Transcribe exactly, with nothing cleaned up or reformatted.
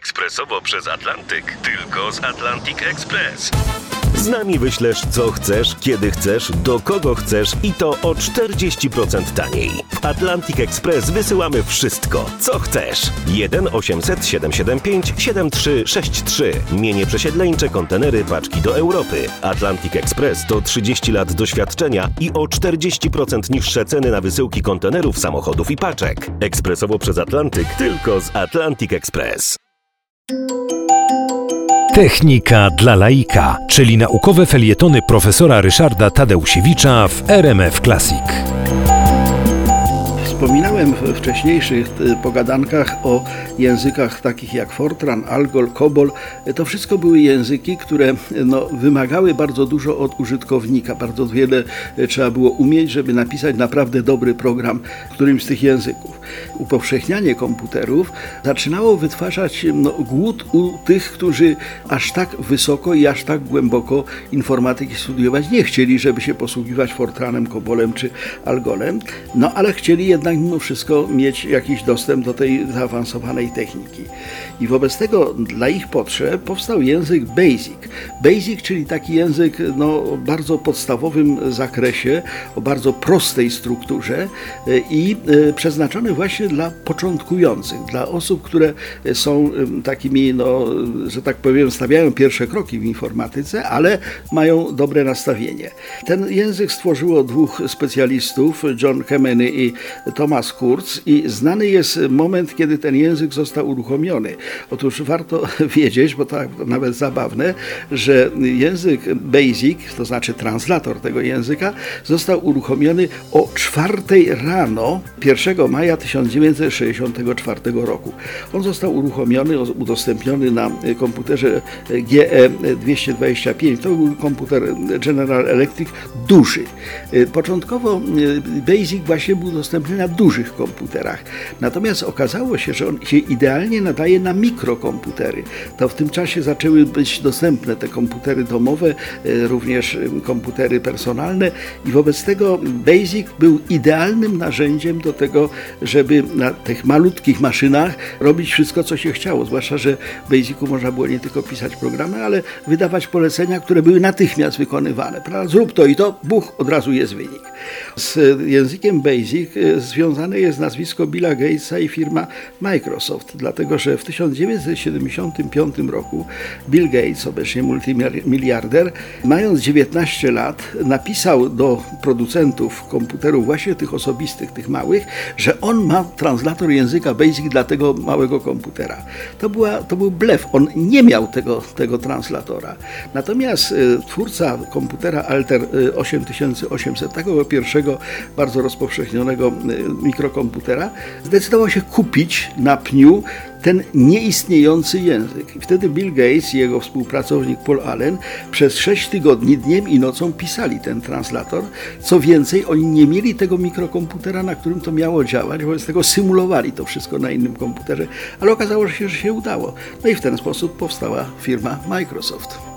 Ekspresowo przez Atlantyk. Tylko z Atlantic Express. Z nami wyślesz co chcesz, kiedy chcesz, do kogo chcesz i to o czterdzieści procent taniej. W Atlantic Express wysyłamy wszystko, co chcesz. jeden osiemset siedemset siedemdziesiąt pięć siedemdziesiąt trzy sześćdziesiąt trzy. Mienie przesiedleńcze, kontenery, paczki do Europy. Atlantic Express to trzydzieści lat doświadczenia i o czterdzieści procent niższe ceny na wysyłki kontenerów, samochodów i paczek. Ekspresowo przez Atlantyk, tylko z Atlantic Express. Technika dla laika, czyli naukowe felietony profesora Ryszarda Tadeusiewicza w R M F Classic. Wspominałem w wcześniejszych pogadankach o językach takich jak Fortran, Algol, Cobol. To wszystko były języki, które no, wymagały bardzo dużo od użytkownika. Bardzo wiele trzeba było umieć, żeby napisać naprawdę dobry program w którymś z tych języków. Upowszechnianie komputerów zaczynało wytwarzać no, głód u tych, którzy aż tak wysoko i aż tak głęboko informatyki studiować nie chcieli, żeby się posługiwać Fortranem, Cobolem czy Algolem. No ale chcieli jednak mimo wszystko mieć jakiś dostęp do tej zaawansowanej techniki. I wobec tego dla ich potrzeb powstał język BASIC. BASIC, czyli taki język no, o bardzo podstawowym zakresie, o bardzo prostej strukturze i przeznaczony właśnie dla początkujących, dla osób, które są takimi, no, że tak powiem, stawiają pierwsze kroki w informatyce, ale mają dobre nastawienie. Ten język stworzyło dwóch specjalistów, John Kemeny i Thomas Kurz, i znany jest moment, kiedy ten język został uruchomiony. Otóż warto wiedzieć, bo to nawet zabawne, że język BASIC, to znaczy translator tego języka, został uruchomiony o czwartej rano pierwszego maja tysiąc dziewięćset sześćdziesiątego czwartego roku. On został uruchomiony, udostępniony na komputerze G E dwieście dwadzieścia pięć. To był komputer General Electric duży. Początkowo BASIC właśnie był dostępny na dużych komputerach. Natomiast okazało się, że on się idealnie nadaje na mikrokomputery. To w tym czasie zaczęły być dostępne te komputery domowe, również komputery personalne i wobec tego BASIC był idealnym narzędziem do tego, żeby na tych malutkich maszynach robić wszystko, co się chciało. Zwłaszcza, że w BASICu można było nie tylko pisać programy, ale wydawać polecenia, które były natychmiast wykonywane. Zrób to i to, buch, od razu jest wynik. Z językiem BASIC związane jest nazwisko Billa Gatesa i firma Microsoft, dlatego że w tysiąc dziewięćset siedemdziesiątym piątym roku Bill Gates, obecnie multimiliarder, mając dziewiętnaście lat, napisał do producentów komputerów, właśnie tych osobistych, tych małych, że on ma translator języka BASIC dla tego małego komputera. To, była, to był blef. On nie miał tego, tego translatora. Natomiast y, twórca komputera Altair y, osiem tysięcy osiemset, takiego pierwszego bardzo rozpowszechnionego y, mikrokomputera, zdecydował się kupić na pniu ten nieistniejący język. I wtedy Bill Gates i jego współpracownik Paul Allen przez sześć tygodni dniem i nocą pisali ten translator. Co więcej, oni nie mieli tego mikrokomputera, na którym to miało działać, wobec tego symulowali to wszystko na innym komputerze, ale okazało się, że się udało. No i w ten sposób powstała firma Microsoft.